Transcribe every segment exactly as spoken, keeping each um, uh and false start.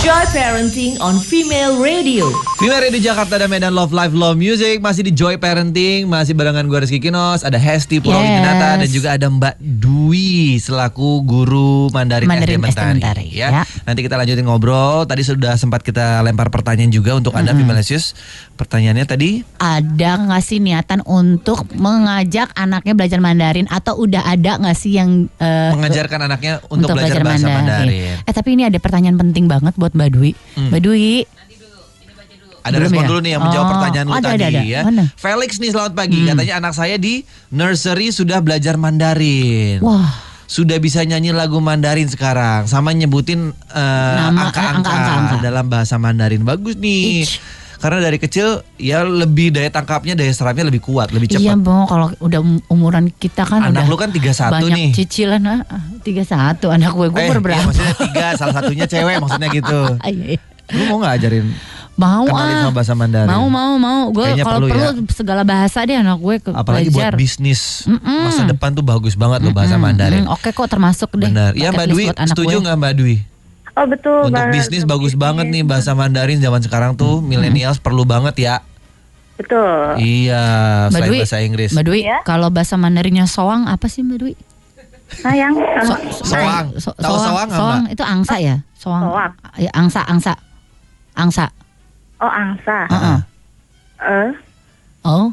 Joy Parenting on Female Radio. Female Radio Jakarta dan Medan Love Life Love Music. Masih di Joy Parenting. Masih barengan gue Rizky Kinos. Ada Hesti Purwinata yes. Dan juga ada Mbak Dwi selaku guru Mandarin, Mandarin S D Mentari, Mentari ya. ya. Nanti kita lanjutin ngobrol. Tadi sudah sempat kita lempar pertanyaan juga untuk Anda mm-hmm. Femalesius. Pertanyaannya tadi, ada nggak sih niatan untuk mengajak anaknya belajar Mandarin, atau udah ada nggak sih yang uh, mengajarkan anaknya untuk, untuk belajar, belajar bahasa Mandarin. Mandarin? Eh tapi ini ada pertanyaan penting banget buat Mbak Dwi. Hmm. Mbak Dwi. Ada Belum respon ya? dulu nih yang menjawab Oh, pertanyaan lu ada, tadi ada, ada. ya. Mana? Felix nih, selamat pagi. Hmm. Katanya anak saya di nursery sudah belajar Mandarin. Wah. Sudah bisa nyanyi lagu Mandarin sekarang, sama nyebutin uh, Nama, angka-angka eh, angka-angka dalam bahasa Mandarin. Bagus nih. Ich. Karena dari kecil ya lebih daya tangkapnya, daya serapnya lebih kuat, lebih cepat. Iya, Bang, kalau udah umuran kita kan anak udah lu kan tiga puluh satu banyak nih. Cicilan ah, tiga puluh satu anak gue gue eh, berberapa? Iya, maksudnya tiga, salah satunya cewek maksudnya gitu. Lu mau enggak ajarin? Mau kenalin ah. sama bahasa Mandarin? Mau mau mau. Gue kalau perlu, perlu ya. Segala bahasa deh anak gue ke apalagi belajar. Buat bisnis. Mm-mm. Masa depan tuh bagus banget loh bahasa Mandarin. Mm-mm. Oke kok termasuk deh. Benar. Ya Mbak Dwi, setuju nggak Mbak Dwi? Oh betul. Untuk bisnis bagus banget nih bahasa Mandarin zaman sekarang tuh hmm. millennials perlu banget ya. Betul. Iya, Mbak selain Dwi, bahasa Inggris. Mbak Dwi, ya? Kalau bahasa Mandarinnya soang apa sih Mbak Dwi? Sayang. So, soang. So, Tahu soang nggak? Soang itu angsa ya? Soang. Soang. Ya, angsa, angsa. Angsa. Oh, angsa. Uh-uh. Uh. Oh.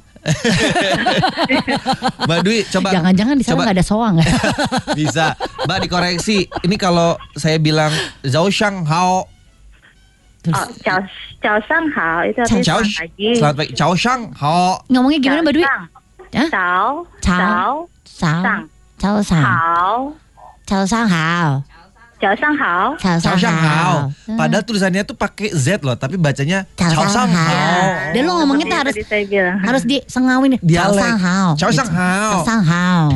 Mbak Dwi, coba. Jangan-jangan di sana nggak ada soang. Bisa, Mbak dikoreksi. Ini kalau saya bilang Zhao Shang Hao. Oh, Chao Chao Shang Hao itu artinya Chao, selamat pagi. Selamat pagi. Chao Shang Hao. Ngomongnya gimana Mbak Dwi? Chao. Chao. Chao. Chao. Chao Shang. Hao. Chao Shang Hao. Chao Shang Hao. Chao Shang Hao. Padahal tulisannya tuh pakai Z loh, tapi bacanya Chao Shang Hao. Dan lo ngomongnya tuh harus harus disengawin. Chao Shang Hao. Chao Shang Hao. Chao Shang Hao.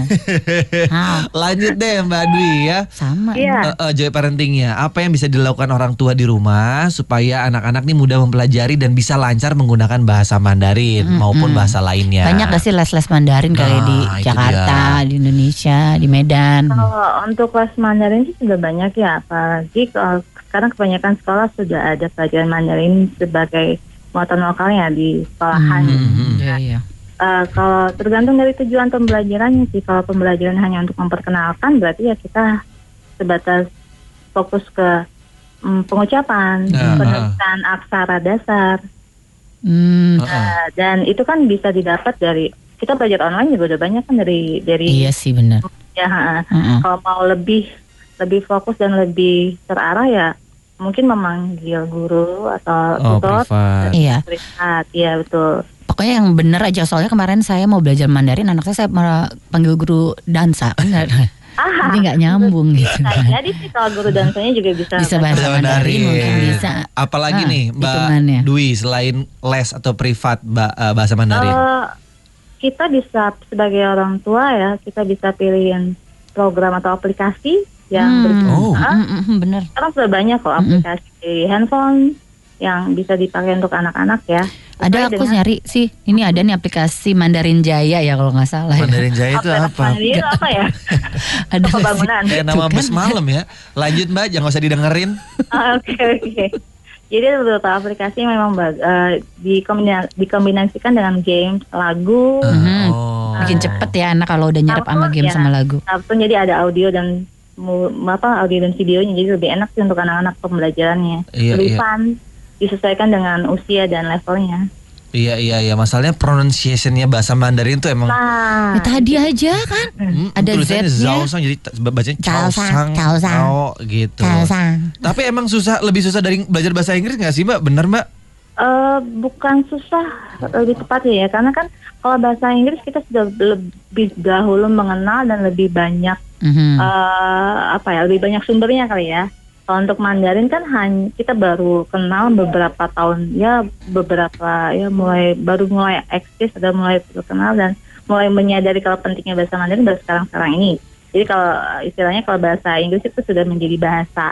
Lanjut deh Mbak Dwi ya. Sama. Iya. Uh, uh, Joy parentingnya. Apa yang bisa dilakukan orang tua di rumah supaya anak-anak nih mudah mempelajari dan bisa lancar menggunakan bahasa Mandarin mm, maupun mm. bahasa lainnya. Banyak gak sih les-les Mandarin nah, kayak di Jakarta, dia. Di Indonesia, di Medan? Kalau untuk les Mandarin sih sudah banyak ya, apalagi kalau sekarang kebanyakan sekolah sudah ada pelajaran Mandarin sebagai muatan lokalnya di sekolahan. Hmm, iya, iya. Uh, kalau tergantung dari tujuan pembelajarannya sih. Kalau pembelajaran hanya untuk memperkenalkan, berarti ya kita sebatas fokus ke um, pengucapan, uh, penulisan uh. aksara dasar. Hmm. Uh, dan itu kan bisa didapat dari, kita belajar online juga udah banyak kan dari dari. Iya sih benar. Ya, uh, uh-uh. Kalau mau lebih lebih fokus dan lebih terarah ya mungkin memanggil guru atau oh, tutor. Privat. Iya. Privat, iya betul. Pokoknya yang bener aja, soalnya kemarin saya mau belajar Mandarin, anak saya saya malah panggil guru dansa. Enggak. Ah, jadi nggak nyambung gitu. Nah, jadi sih kalau guru dansanya juga bisa. Bisa bahasa Mandarin, Mandarin mungkin bisa. Apalagi ah, nih Mbak hitungannya. Dwi selain les atau privat bahasa Mandarin? Uh, kita bisa sebagai orang tua ya, kita bisa pilihin program atau aplikasi yang hmm. berguna. Oh. Mm-mm, bener. Sekarang sudah banyak kok aplikasi mm-mm. handphone yang bisa dipakai untuk anak-anak ya. Ada aku dengan... nyari sih, ini ada nih aplikasi Mandarin Jaya ya kalau nggak salah. Mandarin ya. Jaya itu apa? Mandarin itu apa ya? Ada pembangunan. Kayak nama bus malam ya. Lanjut Mbak, jangan usah didengerin. Oke oke. Jadi ada beberapa aplikasi memang uh, dikombina- dikombinasikan dengan game, lagu. Mm-hmm. Oh. Bikin cepet ya anak kalau udah nyerap sama game ya, sama lagu. Sabtu jadi ada audio dan apa audio dan videonya, jadi lebih enak sih untuk anak-anak pembelajarannya. Iya, lebih iya. fun, disesuaikan dengan usia dan levelnya. Iya iya iya, masalahnya pronunciation-nya bahasa Mandarin tuh emang. Nah, ya, tadi aja kan. Hmm, ada Z-nya Zhao Shang, jadi bacanya Chao Shang. Chao Shang. Oh, gitu. Chao Shang. Tapi emang susah, lebih susah dari belajar bahasa Inggris nggak sih Mbak? Bener Mbak? Uh, bukan susah, lebih tepatnya ya, karena kan kalau bahasa Inggris kita sudah lebih dahulu mengenal dan lebih banyak mm-hmm. uh, apa ya, lebih banyak sumbernya kali ya. Kalau untuk Mandarin kan hanya kita baru kenal beberapa tahun ya, beberapa ya mulai baru mulai eksis, ada mulai kenal dan mulai menyadari kalau pentingnya bahasa Mandarin baru sekarang-sekarang ini. Jadi kalau istilahnya kalau bahasa Inggris itu sudah menjadi bahasa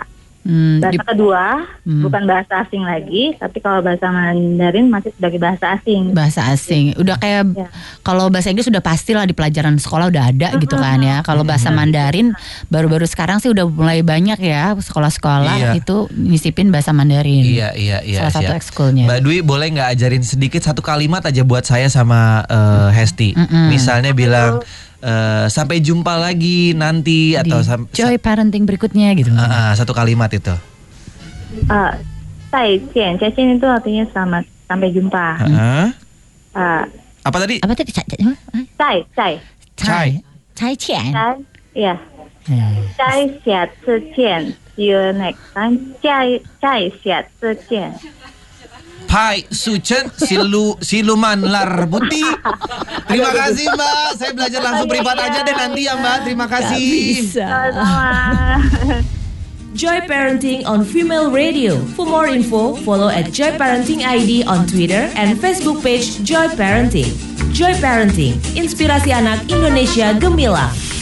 Hmm, bahasa di- kedua, Hmm. bukan bahasa asing lagi, tapi kalau bahasa Mandarin masih sebagai bahasa asing. bahasa asing. Udah kayak Ya. kalau bahasa Inggris udah pastilah di pelajaran sekolah udah ada gitu kan ya. Kalau bahasa Mandarin baru-baru sekarang sih udah mulai banyak ya sekolah-sekolah Iya. itu nyisipin bahasa Mandarin. Iya iya iya. Salah satu siap. ekskulnya. Mbak Dwi boleh nggak ajarin sedikit satu kalimat aja buat saya sama eh, Hesti. Mm-mm. Misalnya bilang eh, sampai jumpa lagi nanti Di atau sam- Joy Parenting berikutnya gitu. Ah, ah, satu kalimat itu. Uh, 再见, 再见 itu artinya selamat, sampai jumpa. Heeh. Uh, Apa tadi? Apa tadi? Cai, cai, 再再 cai, cai cian. 再 ya, Hmm. 再下次见 see you next time. 再再下次见. Pai Sucen Silu Siluman Lar Putih. Terima kasih Mbak. Saya belajar langsung Oh, iya, privat iya. aja deh nanti ya Mbak. Terima kasih. Bisa. Sama-sama. Joy Parenting on Female Radio. For more info, follow at Joy Parenting I D on Twitter and Facebook page Joy Parenting. Joy Parenting, inspirasi anak Indonesia gemilang.